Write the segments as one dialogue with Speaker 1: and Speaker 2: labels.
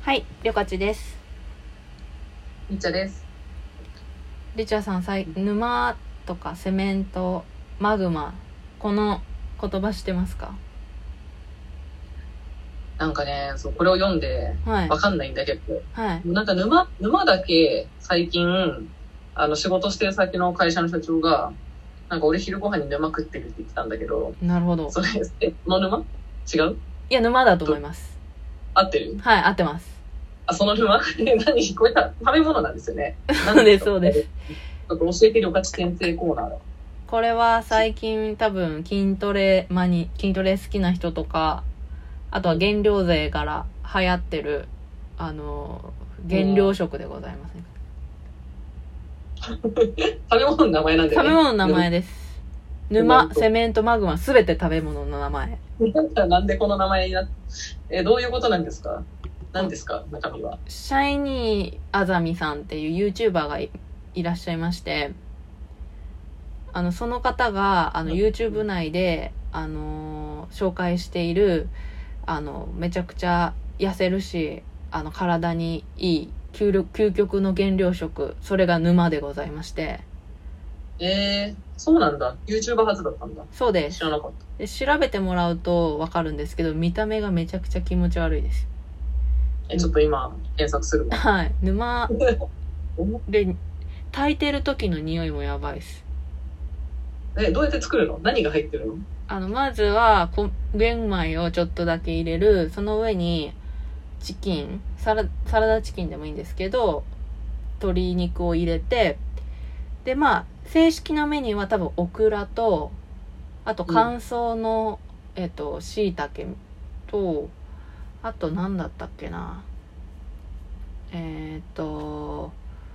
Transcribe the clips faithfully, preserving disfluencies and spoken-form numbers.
Speaker 1: はい、りょかちです。
Speaker 2: みっちゃです。
Speaker 1: りちゃさん、さい沼とかセメント、マグマ、この言葉知ってますか？
Speaker 2: なんかね、そう、これを読んで、
Speaker 1: はい。
Speaker 2: わかんないんだけど、
Speaker 1: はい。
Speaker 2: なんか沼、沼だけ、最近、あの、仕事してる先の会社の社長が、なんか俺昼ご飯に沼食ってるって言ってたんだけど、
Speaker 1: なるほど。
Speaker 2: それ、え、この沼違う
Speaker 1: いや、沼だと思います。
Speaker 2: 合ってる
Speaker 1: はい、合ってます。
Speaker 2: あ、その沼え、何これ食べ物なんですよね。
Speaker 1: そうです、そうです。
Speaker 2: ちょっと教えてるおかち先生コーナーだ。
Speaker 1: これは最近多分筋トレマニ、筋トレ好きな人とか、あとは原料税から流行ってる、あの、原料食でございますね。
Speaker 2: 食べ物の名前なんだよね。
Speaker 1: 食べ物の名前です。沼、セメント、マグマ、すべて食べ物の名前。
Speaker 2: なんでこの名前になって、え、どういうことなんですか？何ですか中身は。
Speaker 1: シャイニーあざみさんっていう YouTuber が い, いらっしゃいまして、あのその方があの YouTube 内で、あのー、紹介しているあのめちゃくちゃ痩せるし、あの体にいい 究, 究極の原料食、それが沼でございまして。
Speaker 2: えー、そうなんだ。YouTuber 初だったんだ。
Speaker 1: そうです。
Speaker 2: 知らなかった。
Speaker 1: で調べてもらうと分かるんですけど、見た目がめちゃくちゃ気持ち悪いです。
Speaker 2: え、ちょっと今検索するわ。
Speaker 1: はい。沼で炊いてる時の匂いもやばいです。
Speaker 2: え、どうやって作るの？何が入ってるの？
Speaker 1: あのまずは玄米をちょっとだけ入れる。その上にチキン、サラ、サラダチキンでもいいんですけど、鶏肉を入れて、でまあ正式なメニューは多分オクラと、あと乾燥の、うん、えっと椎茸と、あと何だったっけな、えっと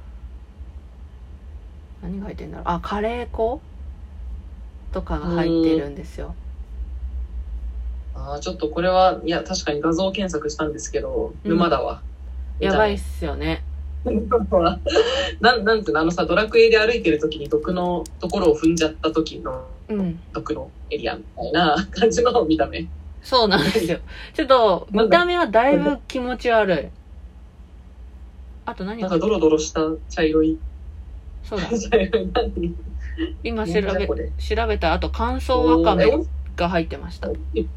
Speaker 1: 何が入ってるんだろう、あ、カレー粉とかが入ってるんですよ。
Speaker 2: ああ、ちょっとこれは、いや、確かに画像検索したんですけど、うん、沼だわ。
Speaker 1: やばいっすよね。
Speaker 2: なん、なんていうの、あのさ、ドラクエで歩いてる時に毒のところを踏んじゃった時の、うん、毒のエリアみたいな感じの見た目。
Speaker 1: そうなんですよ。ちょっと、見た目はだいぶ気持ち悪い。あと何
Speaker 2: かなんかドロドロした茶色い。
Speaker 1: そうだ。茶色い何今調べ、調べた。あと乾燥わかめが入ってました。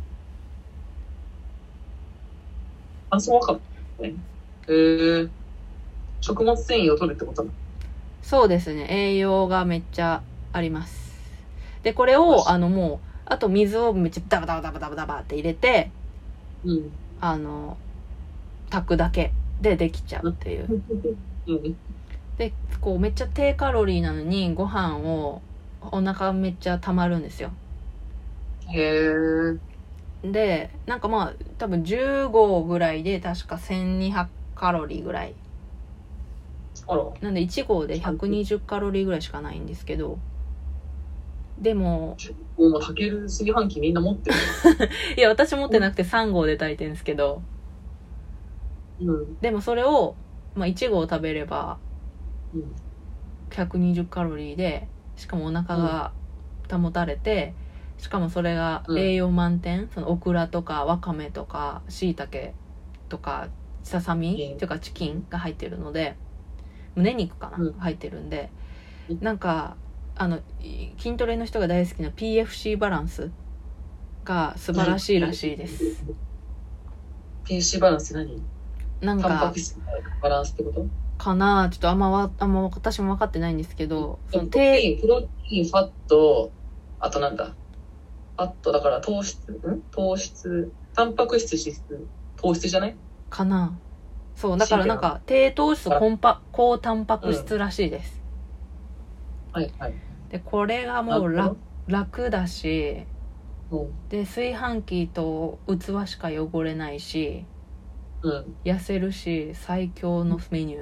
Speaker 2: 乾燥わかめへえー、食物繊維を取るってことなの？
Speaker 1: そうですね。栄養がめっちゃあります。で、これを、あのもう、あと水をめっちゃダバダバダバダバダバって入れて、うん、あの、炊くだけでできちゃうっていう。うん、で、こうめっちゃ低カロリーなのにご飯をお腹めっちゃ溜まるんですよ。
Speaker 2: へー。
Speaker 1: で、なんかまあ多分じゅうごぐらいで確かせんにひゃくカロリーぐらい。あら。なんでいち合でひゃくにじゅうカロリーぐらいしかないんですけど。でも、
Speaker 2: もう炊ける炊飯器みんな持ってる
Speaker 1: いや、私持ってなくてさん合で炊いてるんですけど。うん。でもそれを、まあいち合食べれば、ひゃくにじゅうカロリーで、しかもお腹が保たれて、しかもそれが栄養満点、うん、そのオクラとかワカメとか椎茸とかささみとかチキンが入ってるので、胸肉かな、うん、入ってるんで、なんかあの筋トレの人が大好きな ピーエフシー バランスが素晴らしいらしいです。
Speaker 2: ピーエフシー バランス何？なんかタンパク質のバランスってこと
Speaker 1: かな。ちょっとあんまわあんま私も分かってないんですけど、
Speaker 2: そのプロテイン、プロテイン、ファット、あとなんだ、ファットだから糖質、ん糖質、タンパク質、脂質、糖質じゃない
Speaker 1: かな。そう、だからなんか低糖質コンパ高タンパク質らしいです。
Speaker 2: うん、はいはい。
Speaker 1: でこれがもう 楽, 楽だし、うん、で炊飯器と器しか汚れないし、うん、痩せるし最強のメニュー。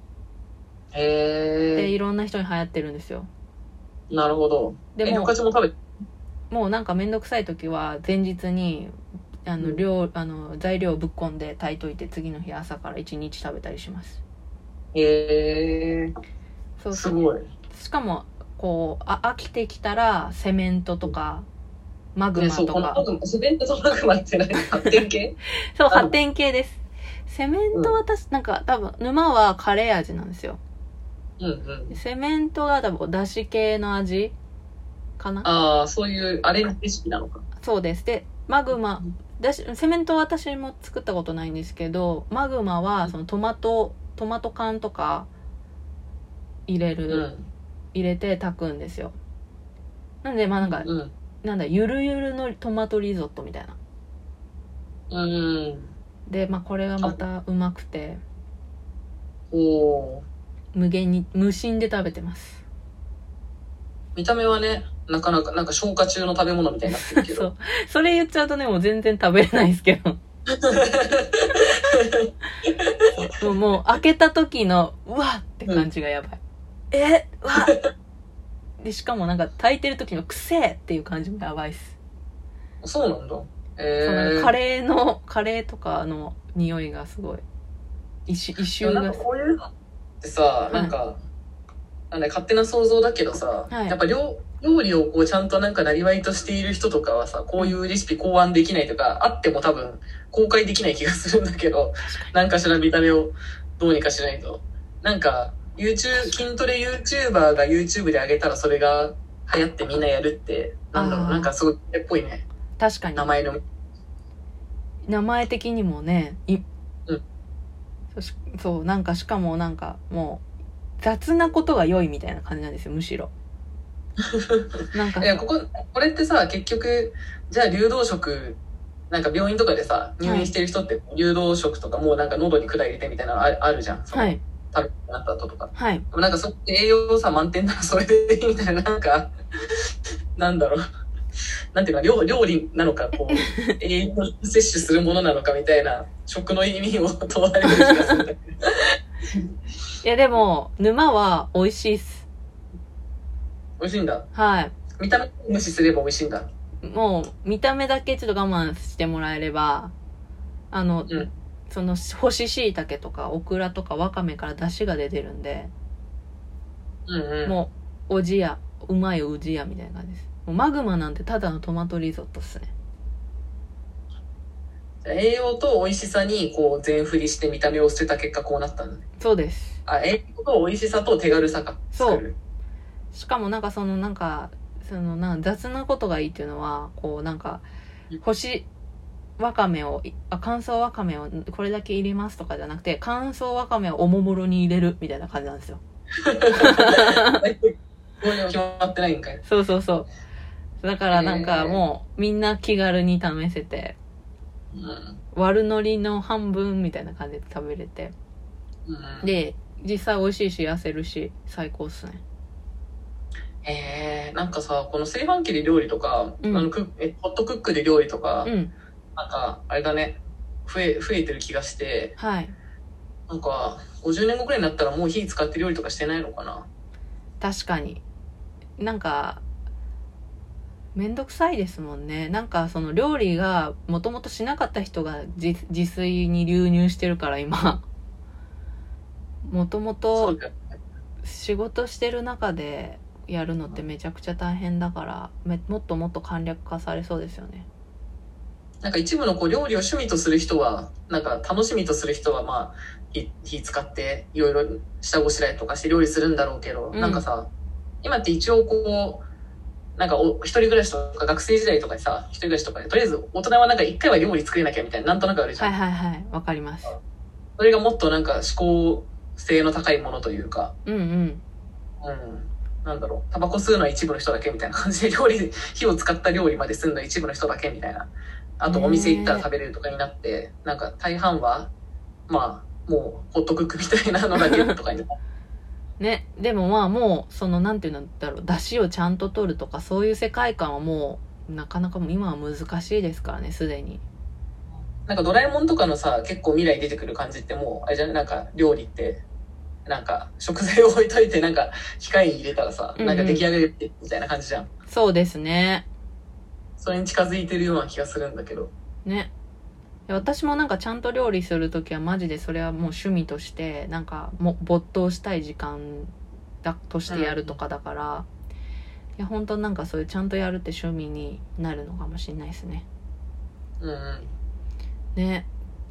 Speaker 2: へー。
Speaker 1: でいろんな人に流行ってるんですよ。
Speaker 2: なるほど。でもも食べ
Speaker 1: もうなんかめんどくさい時は前日にあの、うん、量あの材料をぶっ込んで炊いといて、次の日朝からいちにち食べたりします。
Speaker 2: へえー。そうそう、すごい。
Speaker 1: しかもこうあ飽きてきたらセメントとか、うん、マグマとか。
Speaker 2: そう、セメントとマグマって何？発展系？
Speaker 1: そう、発展系です。 セメントは私、うん、なんか多分沼はカレー味なんですよ。
Speaker 2: うんうん。
Speaker 1: セメントが多分だし系の味かな。
Speaker 2: ああ、そういうアレンジレシピなのか。
Speaker 1: そうです。でマグマだし、セメントは私も作ったことないんですけど、マグマはそのトマトトマト缶とか入れる、うん、入れて炊くんですよ。なんでまあなんか、うん、なんだゆるゆるのトマトリゾットみたいな。うん。でまあこれがまたうまくて、お無限に無心で食べてます。
Speaker 2: 見た目はね、なかなかなんか消化中の食べ物みたいになってるけど。
Speaker 1: そう。それ言っちゃうとね、もう全然食べれないですけど。もう、もう開けた時のうわって感じがやばい。うん、えうわでしかもなんか炊いてる時のくせえっていう感じもやばいっす。
Speaker 2: そうなんだ。えー、
Speaker 1: そうなんかカレーのカレーとかの匂いがすごい一周一周が。
Speaker 2: なんかこういうのってさ、はい、なんかなんだ勝手な想像だけどさ、はい、やっぱ料料理をこうちゃんとなんかなりわいとしている人とかはさ、こういうレシピ考案できないとか、うん、あっても多分公開できない気がするんだけど、なんかしら見た目をどうにかしないと。なんか YouTube 筋トレ YouTuber が YouTube で上げたらそれが流行ってみんなやるって、なんだろう、なんかすごいっぽいね。
Speaker 1: 確かに。
Speaker 2: 名前の
Speaker 1: 名前的にもね、い、うん、そ, そうなんかしかもなんかもう雑なことが良いみたいな感じなんですよ、むしろ。
Speaker 2: なんかいやこここれってさ、結局じゃあ流動食なんか病院とかでさ入院してる人って流動食とかもうなんか喉に管入れてみたいなの あ, あるじゃん。はい。食べになった後とか。はい。でもなんかそって栄養さ満点ならそれでいいみたいな、なんかなんだろう。なんていうか 料, 料理なのかこう栄養摂取するものなのかみたいな食の意味を問われる気がするんだけど。
Speaker 1: いやでも沼は美味しいっす。
Speaker 2: 美味しいんだ。
Speaker 1: はい。
Speaker 2: 見た目無視すれば美味しいんだ。
Speaker 1: もう見た目だけちょっと我慢してもらえれば、あの、うん、その干し椎茸とかオクラとかわかめから出汁が出てるんで、うんうん、もうおじやうまいおじやみたいな感じです。もうマグマなんてただのトマトリゾットっすね。
Speaker 2: 栄養と美味しさにこう全振りして見た目を捨てた結果こうなったんだね。
Speaker 1: そうです。
Speaker 2: あ、栄養と美味しさと手軽さか。
Speaker 1: そう。しかもなんかそのなんかそのなん雑なことがいいっていうのはこうなんか干しわかめをあ乾燥わかめをこれだけ入れますとかじゃなくて、乾燥わかめをおもむろに入れるみたいな感じなんですよ。
Speaker 2: 決まってないんかい。
Speaker 1: そうそうそう。だからなんかもうみんな気軽に試せて、うん、悪海苔の半分みたいな感じで食べれて、うん、で実際美味しいし痩せるし最高っすね。
Speaker 2: へえー、なんかさこの炊飯器で料理とか、うん、あのクえホットクックで料理とか、うん、なんかあれだね増え増えてる気がして、はい、なんかごじゅうねんごくらいになったらもう火使って料理とかしてないのかな。
Speaker 1: 確かになんかめんどくさいですもんね。なんかその料理がもともとしなかった人が 自, 自炊に流入してるから今もともと仕事してる中でやるのってめちゃくちゃ大変だからめもっともっと簡略化されそうですよね。
Speaker 2: なんか一部のこう料理を趣味とする人はなんか楽しみとする人はまあ火, 火使っていろいろ下ごしらえとかして料理するんだろうけど、うん、なんかさ今って一応こうなんかお一人暮らしとか学生時代とかにさ一人暮らしとかでとりあえず大人はなんか一回は料理作れなきゃみたいななんとなくあるじゃん。
Speaker 1: はいはいはいわかります。
Speaker 2: それがもっとなんか思考性の高いものというか、うんうんうんなんだろうタバコ吸うのは一部の人だけみたいな感じで料理火を使った料理までするのは一部の人だけみたいな、あとお店行ったら食べれるとかになって、なんか大半はまあもうホットクックみたいなのだけとかに
Speaker 1: ね。でもまあもうそのなんていうんだろう出汁をちゃんと取るとかそういう世界観はもうなかなか今は難しいですからねすでに。
Speaker 2: なんかドラえもんとかのさ結構未来出てくる感じってもうあれじゃないなんか料理ってなんか食材を置いといてなんか機械に入れたらさ、うんうん、なんか出来上がるみたいな感じじゃん。
Speaker 1: そうですね。
Speaker 2: それに近づいてるような気がするんだけど
Speaker 1: ね。私もなんかちゃんと料理するときはマジでそれはもう趣味としてなんかも没頭したい時間だとしてやるとかだから、うん、いや本当なんかそういうちゃんとやるって趣味になるのかもしれないですね。うんうん。ね。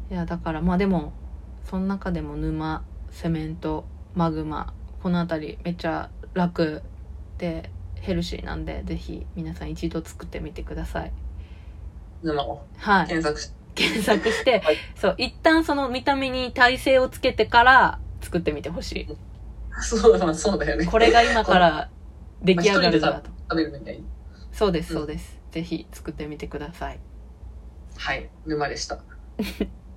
Speaker 1: いやだからまあでもその中でも沼、セメント、マグマ、このあたりめっちゃ楽でヘルシーなんで、ぜひ皆さん一度作ってみてください。
Speaker 2: 沼を、
Speaker 1: はい、
Speaker 2: 検索し
Speaker 1: 検索して、はい、そう一旦その見た目に耐性をつけてから作ってみてほしい。
Speaker 2: そうだ、そうだよね。
Speaker 1: これが今から出来上がるんだと。
Speaker 2: 食べるみたいに。
Speaker 1: そうですそうです、うん、ぜひ作ってみてください。
Speaker 2: はい、沼でした。